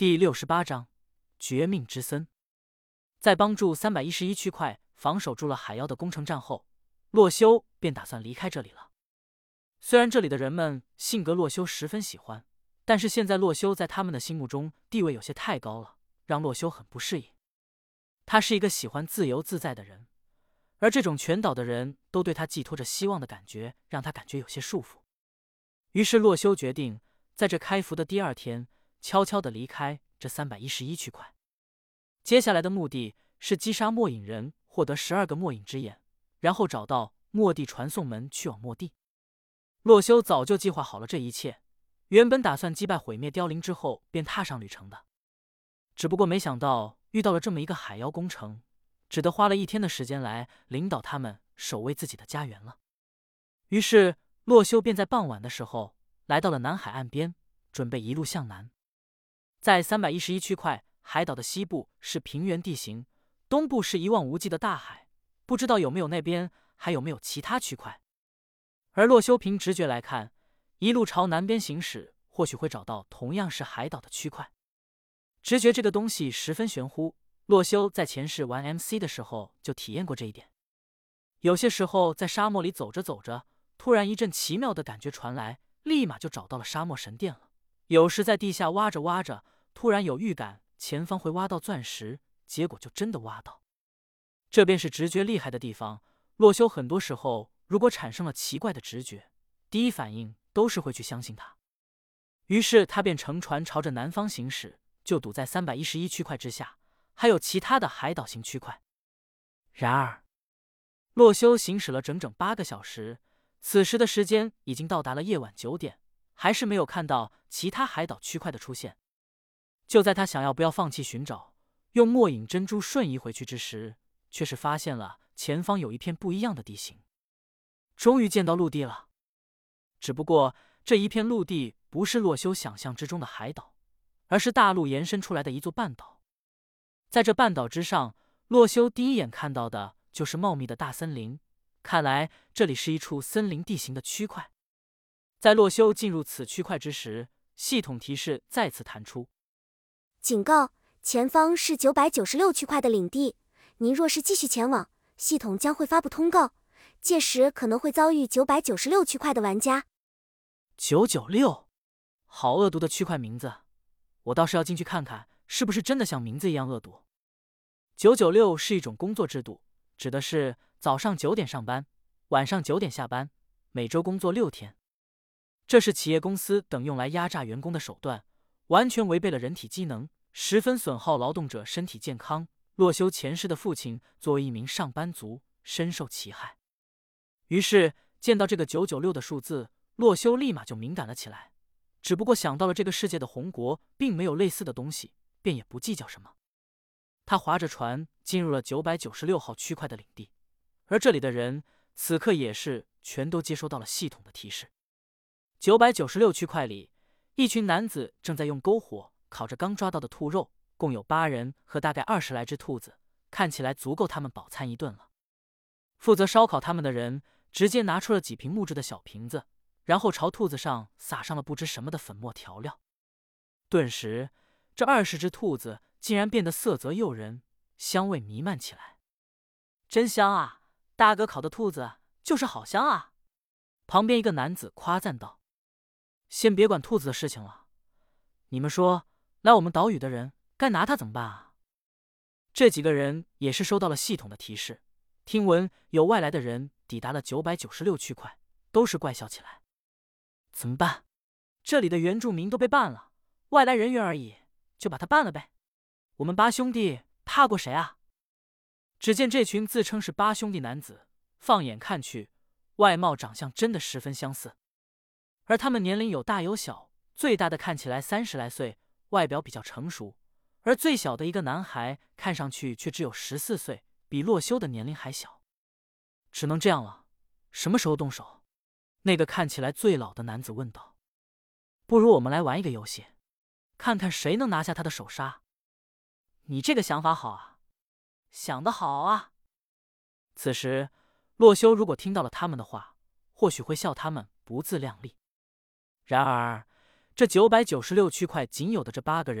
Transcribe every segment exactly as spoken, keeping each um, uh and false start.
第六十八章绝命之森。在帮助三百一十一区块防守住了海妖的攻城战后，洛修便打算离开这里了。虽然这里的人们性格洛修十分喜欢，但是现在洛修在他们的心目中地位有些太高了，让洛修很不适应。他是一个喜欢自由自在的人，而这种全岛的人都对他寄托着希望的感觉，让他感觉有些束缚。于是洛修决定在这开服的第二天悄悄地离开这三百一十一区块。接下来的目的是击杀末影人，获得十二个末影之眼，然后找到末地传送门去往末地。洛修早就计划好了这一切，原本打算击败毁灭凋零之后便踏上旅程的，只不过没想到遇到了这么一个海妖攻城，只得花了一天的时间来领导他们守卫自己的家园了。于是洛修便在傍晚的时候来到了南海岸边，准备一路向南。在三百一十一区块，海岛的西部是平原地形，东部是一望无际的大海，不知道有没有那边还有没有其他区块。而洛修凭直觉来看，一路朝南边行驶，或许会找到同样是海岛的区块。直觉这个东西十分玄乎，洛修在前世玩 M C 的时候就体验过这一点。有些时候在沙漠里走着走着，突然一阵奇妙的感觉传来，立马就找到了沙漠神殿了。有时在地下挖着挖着，突然有预感前方会挖到钻石，结果就真的挖到。这便是直觉厉害的地方。洛修很多时候如果产生了奇怪的直觉，第一反应都是会去相信它。于是他便乘船朝着南方行驶，就堵在三百一十一区块之下，还有其他的海岛型区块。然而洛修行驶了整整八个小时，此时的时间已经到达了夜晚九点，还是没有看到其他海岛区块的出现。就在他想要不要放弃寻找，用末影珍珠瞬移回去之时，却是发现了前方有一片不一样的地形。终于见到陆地了，只不过这一片陆地不是洛修想象之中的海岛，而是大陆延伸出来的一座半岛。在这半岛之上，洛修第一眼看到的就是茂密的大森林，看来这里是一处森林地形的区块。在洛修进入此区块之时，系统提示再次弹出： 警告，前方是九百九十六区块的领地，您若是继续前往，系统将会发布通告，届时可能会遭遇九百九十六区块的玩家。 九九六，好恶毒的区块名字，我倒是要进去看看是不是真的像名字一样恶毒。九九六是一种工作制度，指的是早上九点上班，晚上九点下班，每周工作六天。这是企业公司等用来压榨员工的手段，完全违背了人体机能，十分损耗劳动者身体健康。洛修前世的父亲作为一名上班族，深受其害。于是见到这个九九六的数字，洛修立马就敏感了起来。只不过想到了这个世界的红国并没有类似的东西，便也不计较什么。他划着船进入了九百九十六号区块的领地，而这里的人此刻也是全都接收到了系统的提示。九百九十六区块里，一群男子正在用篝火烤着刚抓到的兔肉，共有八人和大概二十来只兔子，看起来足够他们饱餐一顿了。负责烧烤他们的人直接拿出了几瓶木质的小瓶子，然后朝兔子上撒上了不知什么的粉末调料。顿时这二十只兔子竟然变得色泽诱人，香味弥漫起来。真香啊，大哥烤的兔子就是好香啊。旁边一个男子夸赞道。先别管兔子的事情了，你们说来我们岛屿的人该拿它怎么办啊？这几个人也是收到了系统的提示，听闻有外来的人抵达了九百九十六区块，都是怪笑起来。怎么办？这里的原住民都被办了，外来人员而已，就把他办了呗。我们八兄弟怕过谁啊？只见这群自称是八兄弟男子，放眼看去，外貌长相真的十分相似，而他们年龄有大有小，最大的看起来三十来岁，外表比较成熟，而最小的一个男孩看上去却只有十四岁，比洛修的年龄还小。只能这样了，什么时候动手？那个看起来最老的男子问道。不如我们来玩一个游戏，看看谁能拿下他的首杀。你这个想法好啊，想得好啊。此时洛修如果听到了他们的话，或许会笑他们不自量力。然而这九百九十六区块仅有的这八个人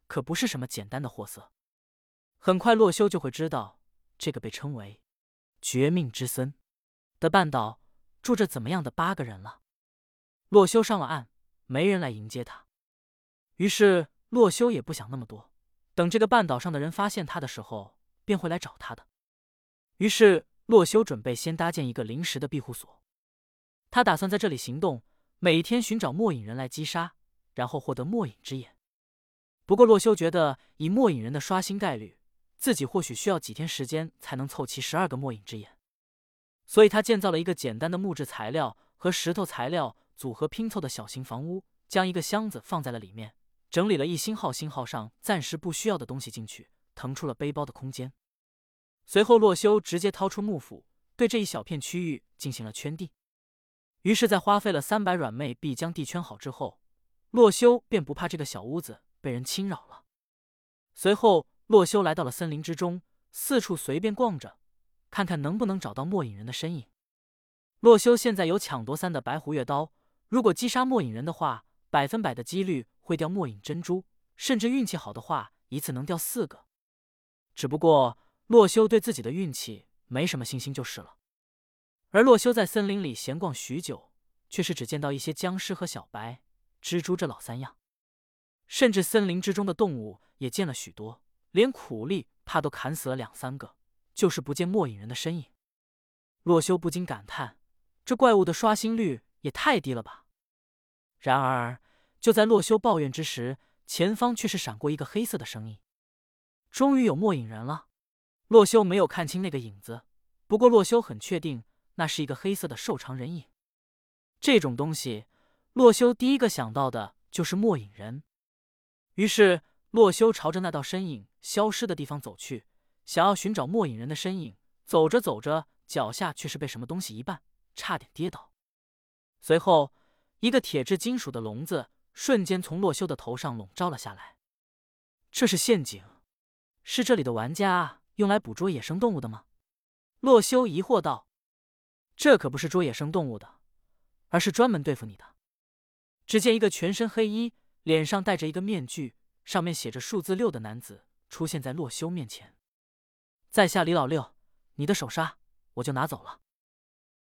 可不是什么简单的货色。很快洛修就会知道，这个被称为绝命之森的半岛住着怎么样的八个人了。洛修上了岸，没人来迎接他，于是洛修也不想那么多，等这个半岛上的人发现他的时候，便会来找他的。于是洛修准备先搭建一个临时的庇护所，他打算在这里行动，每天寻找末影人来击杀，然后获得末影之眼。不过洛修觉得以末影人的刷新概率，自己或许需要几天时间才能凑齐十二个末影之眼，所以他建造了一个简单的木质材料和石头材料组合拼凑的小型房屋，将一个箱子放在了里面，整理了一星号星号上暂时不需要的东西进去，腾出了背包的空间。随后洛修直接掏出幕府，对这一小片区域进行了圈地。于是在花费了三百软妹币将地圈好之后，洛修便不怕这个小屋子被人侵扰了。随后洛修来到了森林之中，四处随便逛着，看看能不能找到末影人的身影。洛修现在有抢夺三的白狐月刀，如果击杀末影人的话，百分百的几率会掉末影珍珠，甚至运气好的话，一次能掉四个。只不过洛修对自己的运气没什么信心就是了。而洛修在森林里闲逛许久，却是只见到一些僵尸和小白、蜘蛛这老三样，甚至森林之中的动物也见了许多，连苦力怕都砍死了两三个，就是不见末影人的身影。洛修不禁感叹，这怪物的刷新率也太低了吧。然而就在洛修抱怨之时，前方却是闪过一个黑色的声音。终于有末影人了。洛修没有看清那个影子，不过洛修很确定那是一个黑色的瘦长人影。这种东西，洛修第一个想到的就是末影人。于是洛修朝着那道身影消失的地方走去，想要寻找末影人的身影。走着走着，脚下却是被什么东西一绊，差点跌倒。随后一个铁质金属的笼子瞬间从洛修的头上笼罩了下来。这是陷阱，是这里的玩家用来捕捉野生动物的吗？洛修疑惑道。这可不是捉野生动物的，而是专门对付你的。只见一个全身黑衣，脸上戴着一个面具，上面写着数字六的男子出现在洛修面前。在下李老六，你的手刹我就拿走了。